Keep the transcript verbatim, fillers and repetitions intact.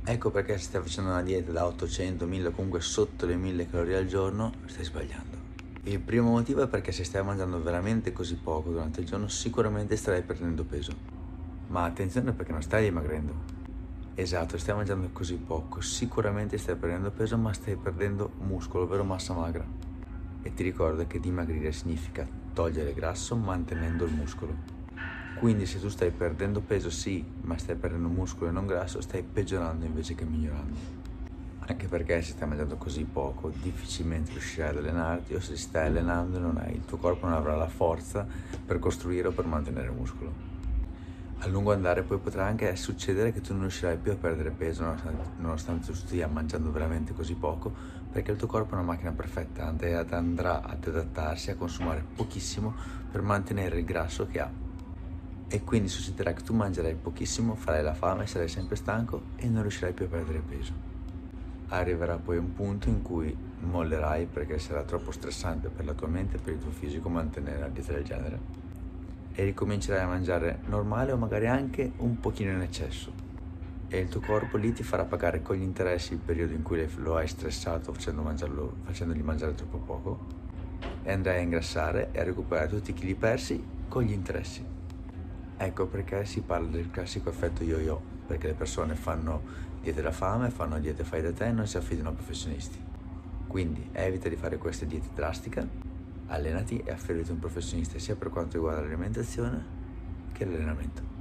Ecco perché se stai facendo una dieta da ottocento, mille, comunque sotto le mille calorie al giorno, stai sbagliando. Il primo motivo è perché se stai mangiando veramente così poco durante il giorno, sicuramente starai perdendo peso. Ma attenzione perché non stai dimagrendo. Esatto, stai mangiando così poco, sicuramente stai perdendo peso, ma stai perdendo muscolo, ovvero massa magra. E ti ricordo che dimagrire significa togliere grasso mantenendo il muscolo. Quindi se tu stai perdendo peso sì, ma stai perdendo muscolo e non grasso, stai peggiorando invece che migliorando. Anche perché se stai mangiando così poco, difficilmente riuscirai ad allenarti, o se stai allenando non hai, il tuo corpo non avrà la forza per costruire o per mantenere muscolo. A lungo andare poi potrà anche succedere che tu non riuscirai più a perdere peso nonostante, nonostante tu stia mangiando veramente così poco, perché il tuo corpo è una macchina perfetta, andrà ad adattarsi a consumare pochissimo per mantenere il grasso che ha. E quindi succederà che tu mangerai pochissimo, farai la fame, sarai sempre stanco e non riuscirai più a perdere peso. Arriverà poi un punto in cui mollerai perché sarà troppo stressante per la tua mente e per il tuo fisico mantenere una dieta del genere e ricomincerai a mangiare normale o magari anche un pochino in eccesso e il tuo corpo lì ti farà pagare con gli interessi il periodo in cui lo hai stressato facendo mangiarlo, facendogli mangiare troppo poco e andrai a ingrassare e a recuperare tutti i chili persi con gli interessi. Ecco perché si parla del classico effetto yo-yo, perché le persone fanno diete da fame, fanno diete fai da te e non si affidano a professionisti. Quindi evita di fare queste diete drastiche, allenati e affidati a un professionista sia per quanto riguarda l'alimentazione che l'allenamento.